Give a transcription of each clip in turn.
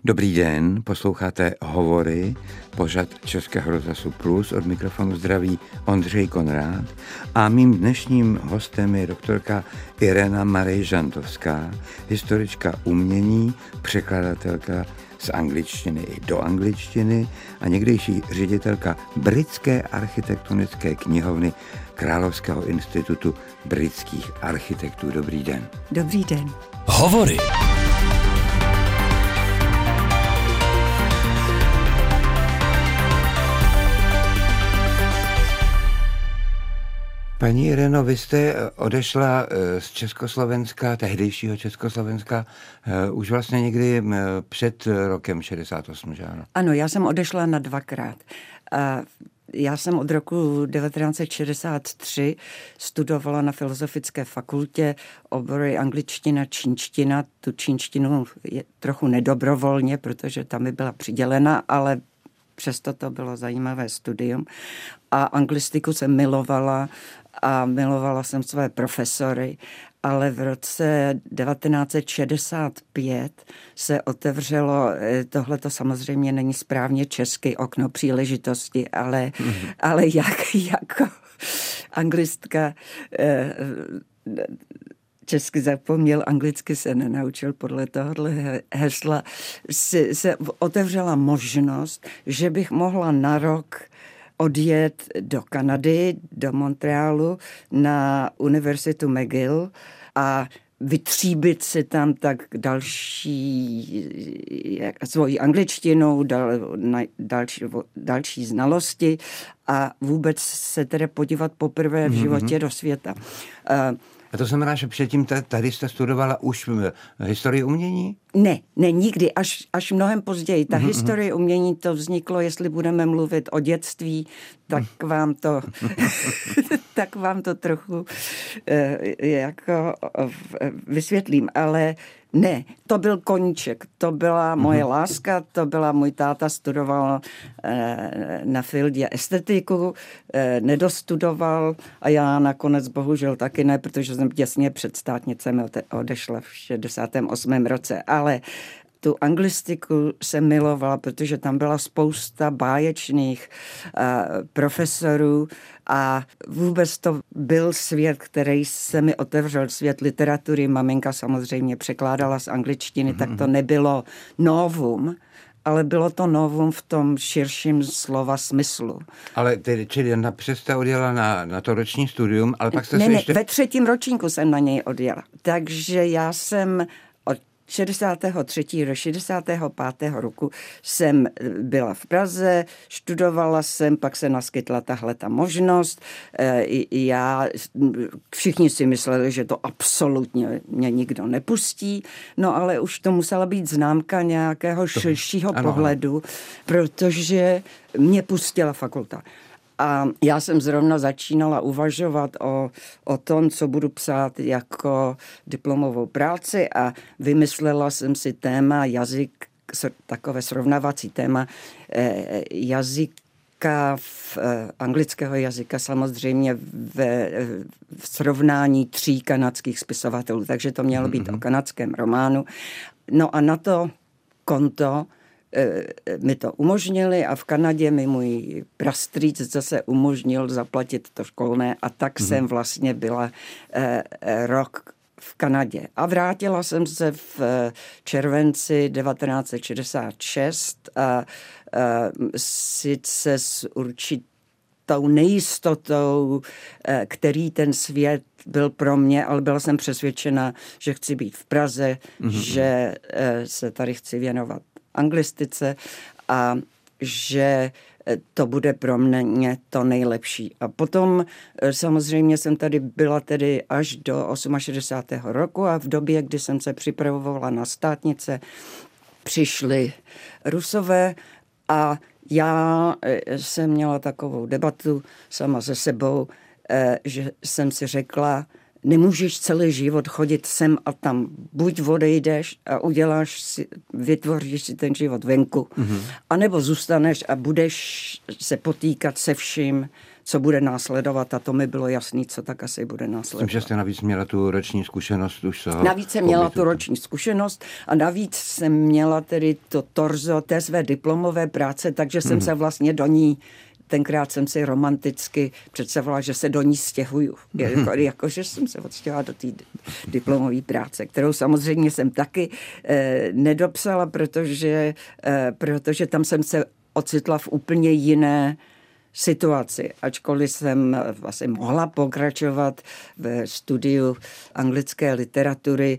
Dobrý den, posloucháte Hovory, pořad Českého rozhlasu Plus, od mikrofonu zdraví Ondřej Konrád a mým dnešním hostem je doktorka Irena Marie Žantovská, historička umění, překladatelka z angličtiny i do angličtiny a někdejší ředitelka Britské architektonické knihovny Královského institutu britských architektů. Dobrý den. Dobrý den. Hovory. Paní Ireno, vy jste odešla z Československa, tehdejšího Československa, už vlastně někdy před rokem 68, že ano? Ano, já jsem odešla na dvakrát. Já jsem od roku 1963 studovala na Filozofické fakultě obory angličtina, čínština. Tu čínštinu je trochu nedobrovolně, protože tam mi byla přidělena, ale přesto to bylo zajímavé studium. A anglistiku jsem milovala a milovala jsem své profesory, ale v roce 1965 se otevřelo, tohle to samozřejmě není správně česky, okno příležitosti, ale jako anglistka česky zapomněl, anglicky se nenaučil, podle tohohle hesla se otevřela možnost, že bych mohla na rok odjet do Kanady, do Montrealu na univerzitu McGill a vytříbit si tam tak svoji angličtinu, další znalosti a vůbec se tedy podívat poprvé v životě do světa. A to znamená, že předtím tady jste studovala už historii umění? Ne, nikdy, až mnohem později. Ta historie umění, to vzniklo, jestli budeme mluvit o dětství, tak vám to trochu jako vysvětlím, ale ne, to byl koníček, to byla moje láska, to byla můj táta studoval na Fieldě estetiku, nedostudoval a já nakonec bohužel taky ne, protože jsem těsně před státnicemi odešla v 68. roce, ale tu anglistiku jsem milovala, protože tam byla spousta báječných profesorů a vůbec to byl svět, který se mi otevřel, svět literatury. Maminka samozřejmě překládala z angličtiny, tak to nebylo novum, ale bylo to novum v tom širším slova smyslu. Ale čili napřed jste odjela na to roční studium, ale pak jste ještě... ve 3. ročníku jsem na něj odjela. Takže já jsem 63. do 65. roku jsem byla v Praze, študovala jsem, pak se naskytla tahleta možnost. Všichni si mysleli, že to absolutně mě nikdo nepustí, no ale už to musela být známka nějakého širšího pohledu, protože mě pustila fakulta. A já jsem zrovna začínala uvažovat o tom, co budu psát jako diplomovou práci a vymyslela jsem si téma jazyk, takové srovnávací téma jazyka, anglického jazyka samozřejmě v srovnání 3 kanadských spisovatelů, takže to mělo být o kanadském románu. No a na to konto mi to umožnili a v Kanadě mi můj prastrýc zase umožnil zaplatit to školné a tak jsem vlastně byla rok v Kanadě. A vrátila jsem se v červenci 1966 a sice s určitou nejistotou, který ten svět byl pro mě, ale byla jsem přesvědčena, že chci být v Praze, že se tady chci věnovat anglistice a že to bude pro mě to nejlepší. A potom samozřejmě jsem tady byla tedy až do 68. roku a v době, kdy jsem se připravovala na státnice, přišli Rusové a já jsem měla takovou debatu sama se sebou, že jsem si řekla, nemůžeš celý život chodit sem a tam. Buď odejdeš a vytvoříš si ten život venku, anebo zůstaneš a budeš se potýkat se vším, co bude následovat, a to mi bylo jasný, co tak asi bude následovat. Myslím, že jste navíc měla tu roční zkušenost už toho. Navíc jsem měla tu roční zkušenost a navíc jsem měla tedy to torzo té své diplomové práce, takže jsem se vlastně do ní, tenkrát jsem si romanticky představovala, že se do ní stěhuju. Jakože jsem se odstěhovala do té diplomové práce, kterou samozřejmě jsem taky nedopsala, protože tam jsem se ocitla v úplně jiné situaci, ačkoliv jsem vlastně mohla pokračovat ve studiu anglické literatury,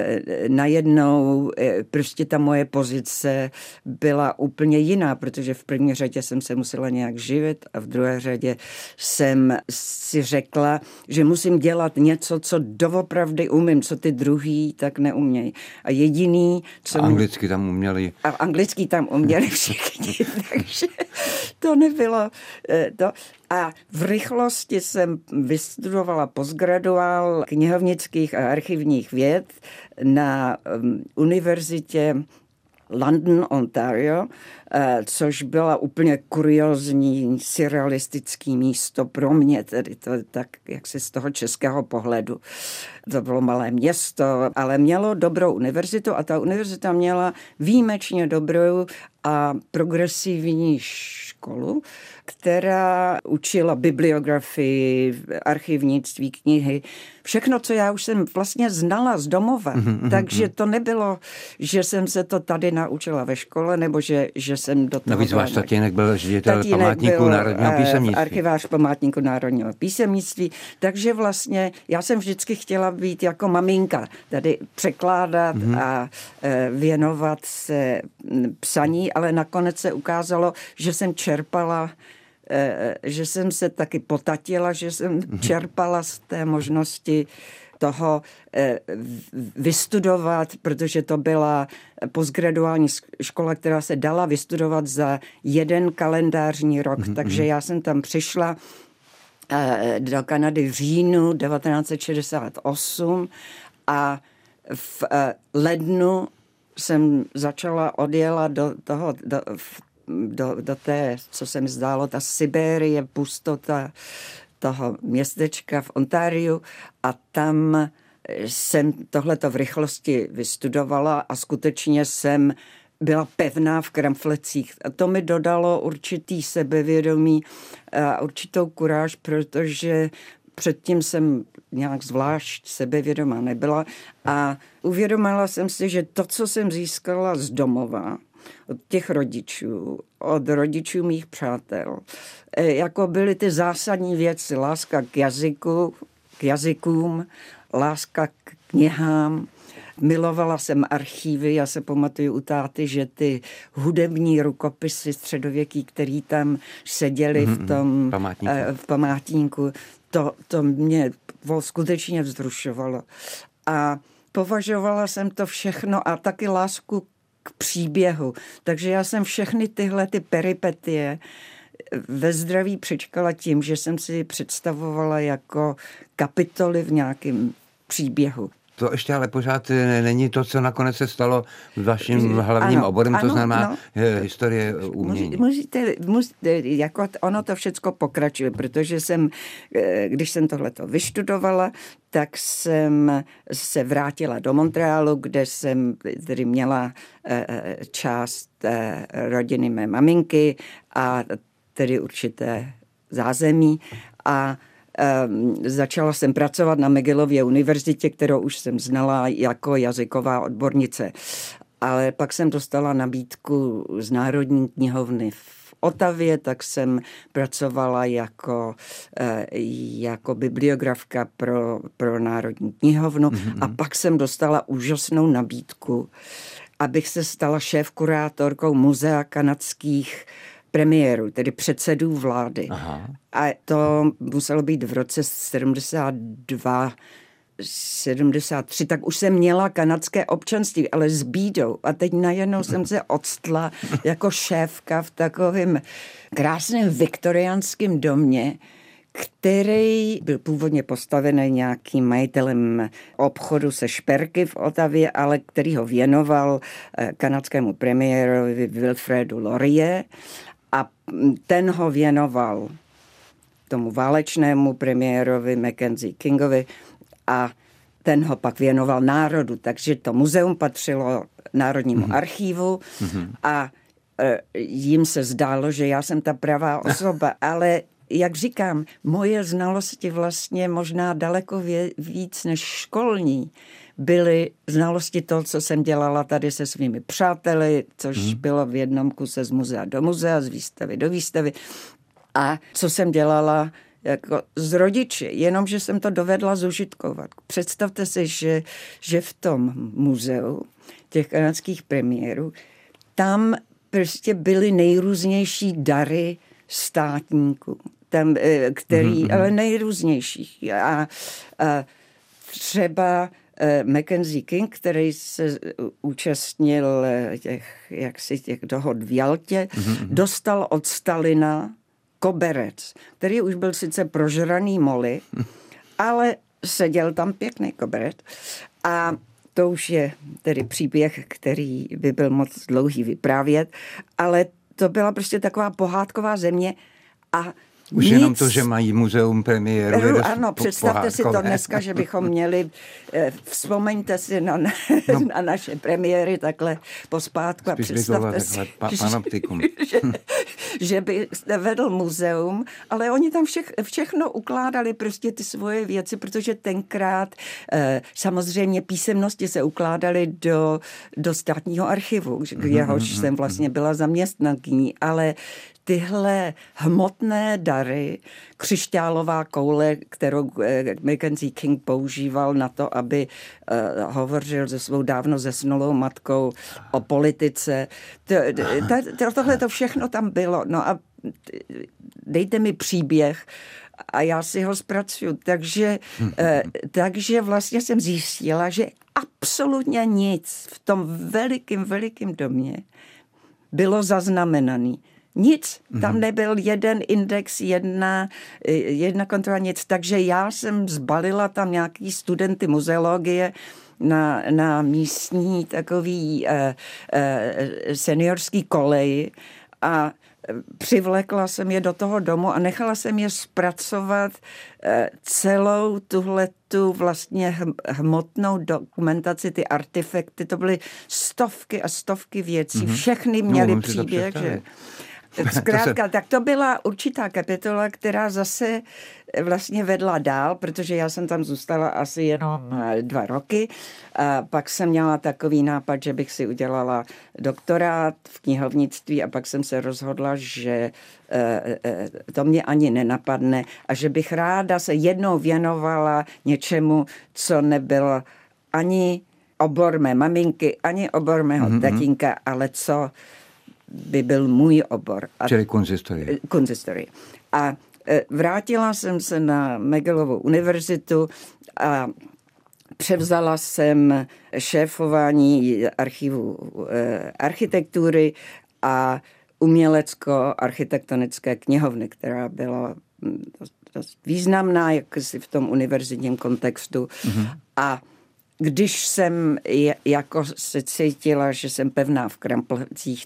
najednou prostě ta moje pozice byla úplně jiná, protože v první řadě jsem se musela nějak živit a v druhé řadě jsem si řekla, že musím dělat něco, co doopravdy umím, co ty druhý tak neumějí. A jediný, co... A anglicky tam uměli. A anglicky tam uměli všichni, takže to nebylo to. A v rychlosti jsem vystudovala postgraduál knihovnických a archivních věd na univerzitě London, Ontario, což byla úplně kuriózní, surrealistický místo pro mě, tedy to tak, jak si z toho českého pohledu. To bylo malé město, ale mělo dobrou univerzitu a ta univerzita měla výjimečně dobrou a progresivní školu, která učila bibliografii, archivnictví, knihy, všechno, co já už jsem vlastně znala z domova. Takže to nebylo, že jsem se to tady naučila ve škole, nebo že jsem do toho... Navíc váš tatínek byl ředitel památníku národního písemnictví. Archivář památníku národního písemnictví, takže vlastně já jsem vždycky chtěla být jako maminka, tady překládat a věnovat se psaní, ale nakonec se ukázalo, že jsem čerpala, že jsem se taky potatila, že jsem čerpala z té možnosti toho vystudovat, protože to byla postgraduální škola, která se dala vystudovat za jeden kalendářní rok. Takže já jsem tam přišla do Kanady v říjnu 1968 a v lednu jsem odjela do té, co se mi zdálo, ta Sibérie, pustota toho městečka v Ontariu a tam jsem tohleto v rychlosti vystudovala a skutečně jsem byla pevná v kramflecích. A to mi dodalo určitý sebevědomí a určitou kuráž, protože předtím jsem nějak zvlášť sebevědomá nebyla a uvědomila jsem si, že to, co jsem získala z domova, od těch rodičů, od rodičů mých přátel, jako byly ty zásadní věci, láska k jazykům, láska k knihám. Milovala jsem archívy, já se pamatuju u táty, že ty hudební rukopisy středověký, který tam seděli v tom památníku, to mě skutečně vzrušovalo. A považovala jsem to všechno a taky lásku k příběhu. Takže já jsem všechny tyhle ty peripetie ve zdraví přečkala tím, že jsem si představovala jako kapitoly v nějakém příběhu. To ještě ale pořád není to, co nakonec se stalo vaším hlavním oborem, to znamená historie umění. Musíte, jako ono to všecko pokračuje, protože když jsem tohleto vyštudovala, tak jsem se vrátila do Montrealu, kde jsem tedy měla část rodiny mé maminky a tedy určité zázemí a začala jsem pracovat na McGillově univerzitě, kterou už jsem znala jako jazyková odbornice. Ale pak jsem dostala nabídku z Národní knihovny v Otavě, tak jsem pracovala jako bibliografka pro Národní knihovnu a pak jsem dostala úžasnou nabídku, abych se stala šéfkurátorkou muzea kanadských premiérů, tedy předsedů vlády. Aha. A to muselo být v roce 73, tak už jsem měla kanadské občanství, ale s bídou. A teď najednou jsem se odstla jako šéfka v takovém krásném viktoriánském domě, který byl původně postavený nějakým majitelem obchodu se šperky v Otavě, ale který ho věnoval kanadskému premiérovi Wilfredu Laurier a ten ho věnoval tomu válečnému premiérovi Mackenzie Kingovi a ten ho pak věnoval národu, takže to muzeum patřilo Národnímu archívu a jim se zdálo, že já jsem ta pravá osoba, ale jak říkám, moje znalosti vlastně možná daleko víc než školní byly znalosti toho, co jsem dělala tady se svými přáteli, což bylo v jednom kuse z muzea do muzea, z výstavy do výstavy a co jsem dělala jako s rodiči, jenomže jsem to dovedla zužitkovat. Představte si, že v tom muzeu těch kanadských premiérů tam prostě byly nejrůznější dary státníků, tam, který, ale nejrůznějších. A třeba Mackenzie King, který se účastnil těch dohod v Jaltě, dostal od Stalina koberec, který už byl sice prožraný moly, ale seděl tam pěkný koberec. A to už je tedy příběh, který by byl moc dlouhý vyprávět, ale to byla prostě taková pohádková země a už jenom to, že mají muzeum premiéru. Ano, představte si to dneska, že bychom měli, vzpomeňte si na naše premiéry takhle pospátku a představte si, že by vedl muzeum, ale oni tam všechno ukládali prostě ty svoje věci, protože tenkrát samozřejmě písemnosti se ukládaly do státního archivu, jehož jsem vlastně byla zaměstnankyní, ale tyhle hmotné dary, křišťálová koule, kterou Mackenzie King používal na to, aby hovořil se svou dávno zesnulou matkou o politice. Tohle to všechno tam bylo. No a dejte mi příběh a já si ho zpracuju. Takže vlastně jsem zjistila, že absolutně nic v tom velikým domě bylo zaznamenaný. Nic, tam nebyl jeden index, jedna kontrola, nic. Takže já jsem zbalila tam nějaký studenty muzeologie na místní takový seniorský kolej a přivlekla jsem je do toho domu a nechala jsem je zpracovat celou tuhletu vlastně hmotnou dokumentaci, ty artefakty, to byly stovky a stovky věcí, všechny měly příběh, že... Zkrátka, tak to byla určitá kapitola, která zase vlastně vedla dál, protože já jsem tam zůstala asi jenom 2 roky. A pak jsem měla takový nápad, že bych si udělala doktorát v knihovnictví a pak jsem se rozhodla, že to mě ani nenapadne a že bych ráda se jednou věnovala něčemu, co nebylo ani obor mé maminky, ani obor mého tatínka, ale co by byl můj obor. Čili kunzistorie. Kunzistorie. A vrátila jsem se na McGillovou univerzitu a převzala jsem šéfování archivu architektury a umělecko-architektonické knihovny, která byla dost významná, jaksi v tom univerzitním kontextu. A když jsem jako se cítila, že jsem pevná v kramplcích,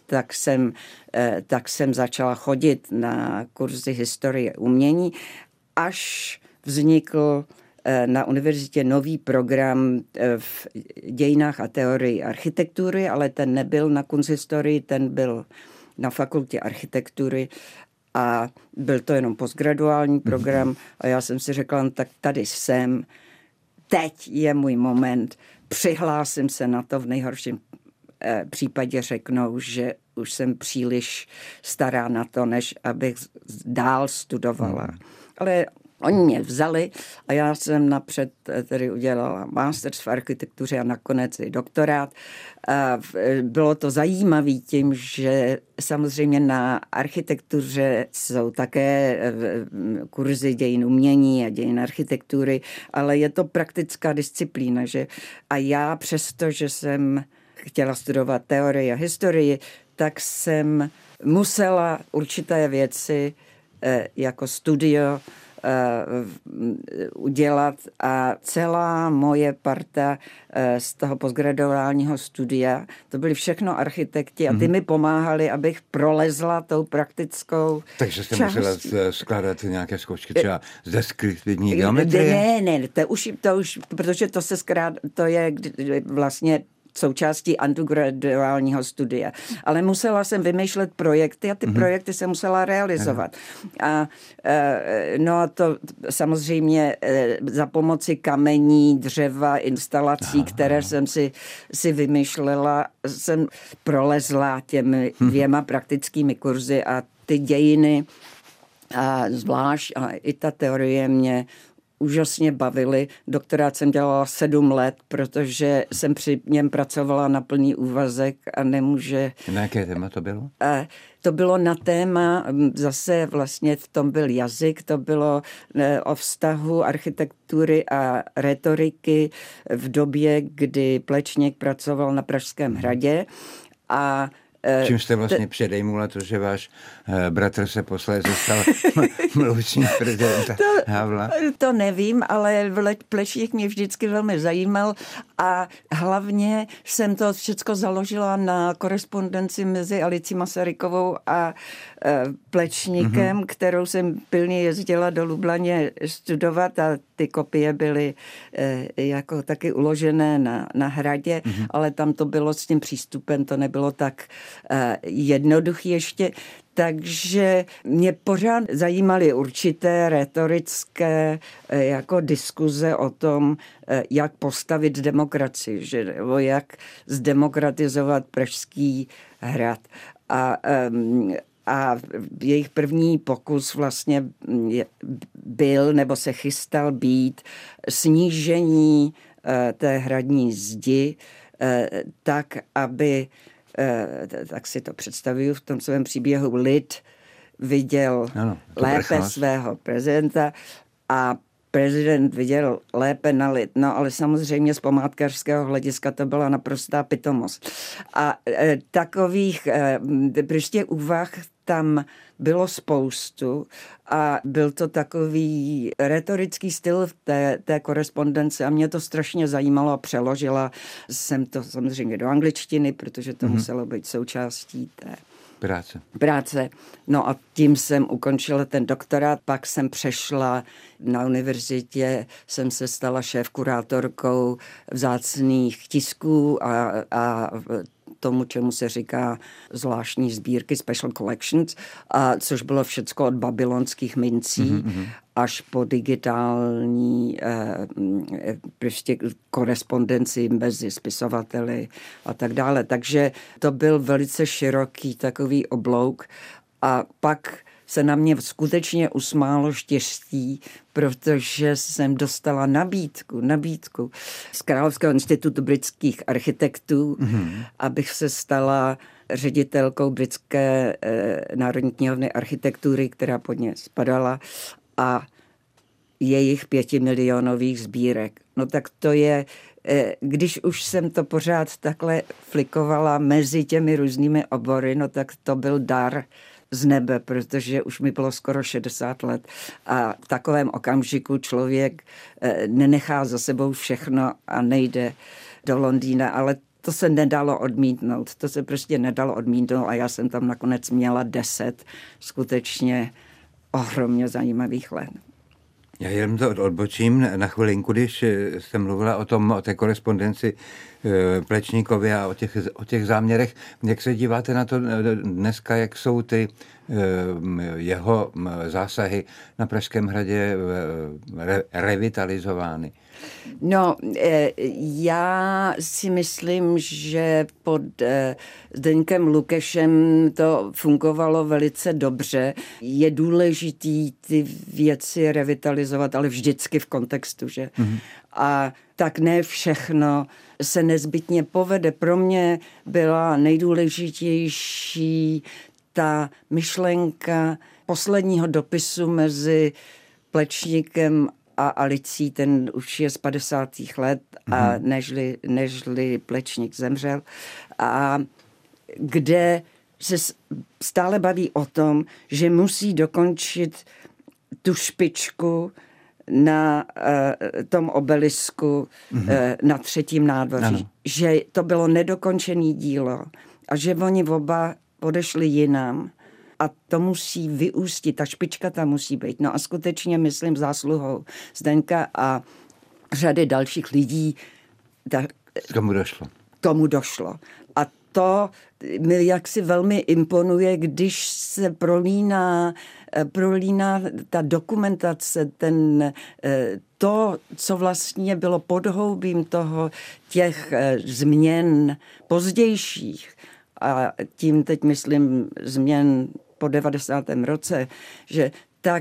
tak jsem začala chodit na kurzy historie umění, až vznikl na univerzitě nový program v dějinách a teorii architektury, ale ten nebyl na kunsthistorii, ten byl na fakultě architektury a byl to jenom postgraduální program a já jsem si řekla, no, tak tady jsem, teď je můj moment, přihlásím se na to, v nejhorším případě řeknou, že už jsem příliš stará na to, než abych dál studovala. Ale oni mě vzali a já jsem napřed tedy udělala masters v architektuře a nakonec i doktorát. A bylo to zajímavé tím, že samozřejmě na architektuře jsou také kurzy dějin umění a dějin architektury, ale je to praktická disciplína. A já přesto, že jsem chtěla studovat teorii a historii, tak jsem musela určité věci jako studio udělat a celá moje parta z toho postgraduálního studia, to byli všechno architekti a ty mi pomáhali, abych prolezla tou praktickou Takže jste musela skládat nějaké zkoušky třeba z deskriptivní geometrie? Ne, to už, protože to je vlastně součástí undergraduálního studia. Ale musela jsem vymýšlet projekty a ty projekty jsem musela realizovat. A to samozřejmě za pomoci kamení, dřeva, instalací, které jsem si vymýšlela, jsem prolezla těmi 2 praktickými kurzy a ty dějiny a zvlášť a i ta teorie mě úžasně bavily. Doktorát jsem dělala 7 let, protože jsem při něm pracovala na plný úvazek a nemůže... Na jaké téma to bylo? To bylo na téma, zase vlastně v tom byl jazyk, to bylo o vztahu architektury a retoriky v době, kdy Plečník pracoval na Pražském hradě a čím jste vlastně předejmula to, že váš bratr se posléze stal mluvčím prezidenta Havla? To nevím, ale Plečník mě vždycky velmi zajímal a hlavně jsem to všechno založila na korespondenci mezi Alicí Masarykovou a Plečníkem, kterou jsem pilně jezdila do Lublaně studovat a ty kopie byly jako taky uložené na hradě, ale tam to bylo s tím přístupem, to nebylo tak jednoduchý ještě. Takže mě pořád zajímaly určité retorické jako diskuze o tom, jak postavit demokracii, nebo jak zdemokratizovat Pražský hrad. A jejich první pokus vlastně byl, nebo se chystal být, snížení té hradní zdi tak, aby, tak si to představuju v tom svém příběhu, lid viděl lépe svého prezidenta a prezident viděl lépe na lid. No ale samozřejmě z památkářského hlediska to byla naprostá pitomost. A takových prostě úvah tam bylo spoustu a byl to takový retorický styl v té korespondence a mě to strašně zajímalo a přeložila jsem to samozřejmě do angličtiny, protože to muselo být součástí té práce. No a tím jsem ukončila ten doktorát, pak jsem přešla na univerzitě, jsem se stala šéfkurátorkou vzácných tisků a tomu, čemu se říká zvláštní sbírky, special collections, což bylo všecko od babylonských mincí až po digitální prostě korespondenci mezi spisovateli a tak dále. Takže to byl velice široký takový oblouk a pak se na mě skutečně usmálo štěstí, protože jsem dostala nabídku z Královského institutu britských architektů, abych se stala ředitelkou britské Národní knihovny architektury, která pod ně spadala, a jejich 5milionových sbírek. No tak to je, když už jsem to pořád takhle flikovala mezi těmi různými obory, no tak to byl dar z nebe, protože už mi bylo skoro 60 let a v takovém okamžiku člověk nenechá za sebou všechno a nejde do Londýna, ale to se nedalo odmítnout. To se prostě nedalo odmítnout a já jsem tam nakonec měla 10 skutečně ohromně zajímavých let. Já jenom to odbočím na chvilinku, když jste mluvila o té korespondenci Plečníkovi a o těch záměrech. Jak se díváte na to dneska, jak jsou ty jeho zásahy na Pražském hradě revitalizovány? No, já si myslím, že pod Zdeňkem Lukešem to fungovalo velice dobře. Je důležitý ty věci revitalizovat, ale vždycky v kontextu, že? A tak ne všechno se nezbytně povede. Pro mě byla nejdůležitější ta myšlenka posledního dopisu mezi Plečníkem a Alicí, ten už je z 50. let a nežli Plečník zemřel, a kde se stále baví o tom, že musí dokončit tu špičku na tom obelisku na Třetím nádvoří. Ano. Že to bylo nedokončené dílo a že oni oba odešli jinam a to musí vyústit, ta špička tam musí být. No a skutečně myslím zásluhou Zdeňka a řady dalších lidí. Tomu došlo. A to mi jaksi velmi imponuje, když se prolíná ta dokumentace, to, co vlastně bylo podhoubím těch změn pozdějších, a tím teď myslím změn po 90. roce, že tak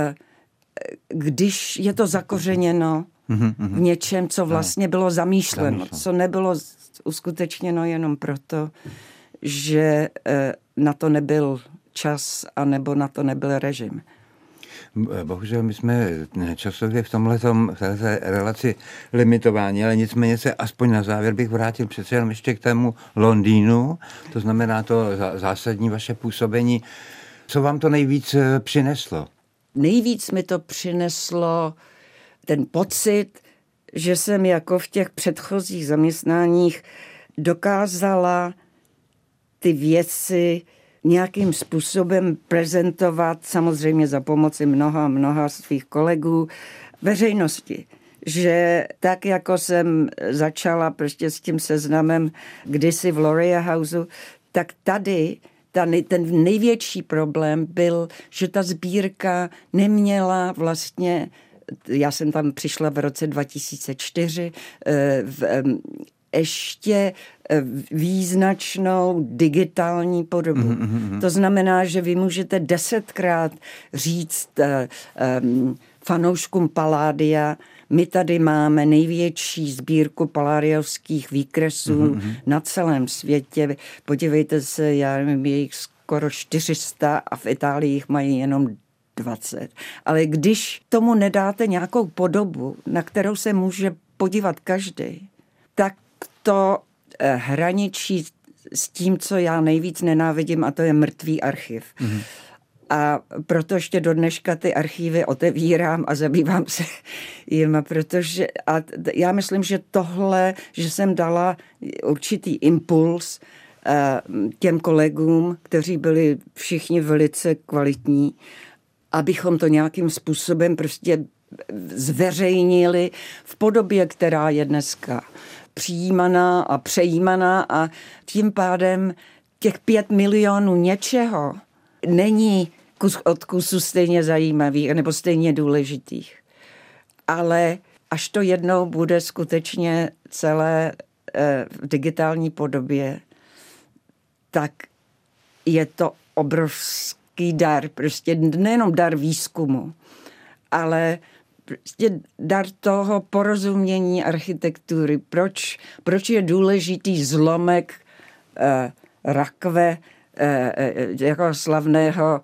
když je to zakořeněno v něčem, co vlastně bylo zamýšleno, co nebylo uskutečněno jenom proto, že na to nebyl čas a nebo na to nebyl režim. Bohužel my jsme časově v této relaci limitováni, ale nicméně se aspoň na závěr bych vrátil přece jenom ještě k tému Londýnu, to znamená to zásadní vaše působení. Co vám to nejvíc přineslo? Nejvíc mi to přineslo ten pocit, že jsem jako v těch předchozích zaměstnáních dokázala ty věci nějakým způsobem prezentovat, samozřejmě za pomoci mnoha svých kolegů, veřejnosti. Že tak, jako jsem začala prostě s tím seznamem kdysi v Loria Houseu, tak tady ten největší problém byl, že ta sbírka neměla vlastně, já jsem tam přišla v roce 2004, ještě význačnou digitální podobu. To znamená, že vy můžete 10krát říct fanouškům Palladia, my tady máme největší sbírku palladiovských výkresů na celém světě. Podívejte se, já nevím, je jich skoro 400 a v Itálii jich mají jenom 20. Ale když tomu nedáte nějakou podobu, na kterou se může podívat každý, tak to hraničí s tím, co já nejvíc nenávidím, a to je mrtvý archiv. A proto ještě do dneška ty archívy otevírám a zabývám se jim, protože já myslím, že tohle, že jsem dala určitý impuls těm kolegům, kteří byli všichni velice kvalitní, abychom to nějakým způsobem prostě zveřejnili v podobě, která je dneska přijímaná a přejímaná, a tím pádem těch 5 milionů něčeho není kus od kusu stejně zajímavých nebo stejně důležitých. Ale až to jednou bude skutečně celé v digitální podobě, tak je to obrovský dar, prostě nejenom dar výzkumu, ale prostě dar toho porozumění architektury. Proč je důležitý zlomek rakve jako slavného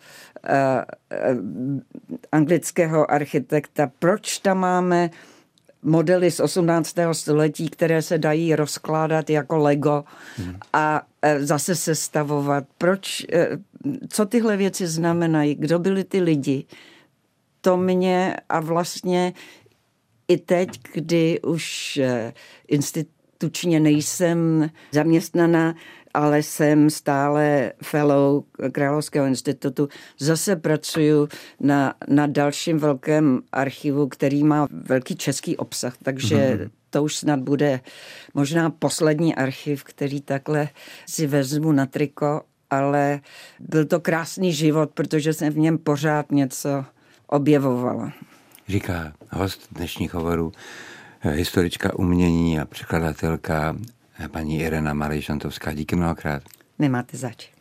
anglického architekta. Proč tam máme modely z 18. století, které se dají rozkládat jako Lego a zase sestavovat. Co tyhle věci znamenají? Kdo byli ty lidi? To mě a vlastně i teď, kdy už institučně nejsem zaměstnaná, ale jsem stále fellow Královského institutu. Zase pracuju na dalším velkém archivu, který má velký český obsah, takže to už snad bude možná poslední archiv, který takhle si vezmu na triko, ale byl to krásný život, protože jsem v něm pořád něco objevovala. Říká host dnešních hovorů, historička umění a překladatelka paní Irena Marejšantovská. Díky mnohokrát. Nemáte zač.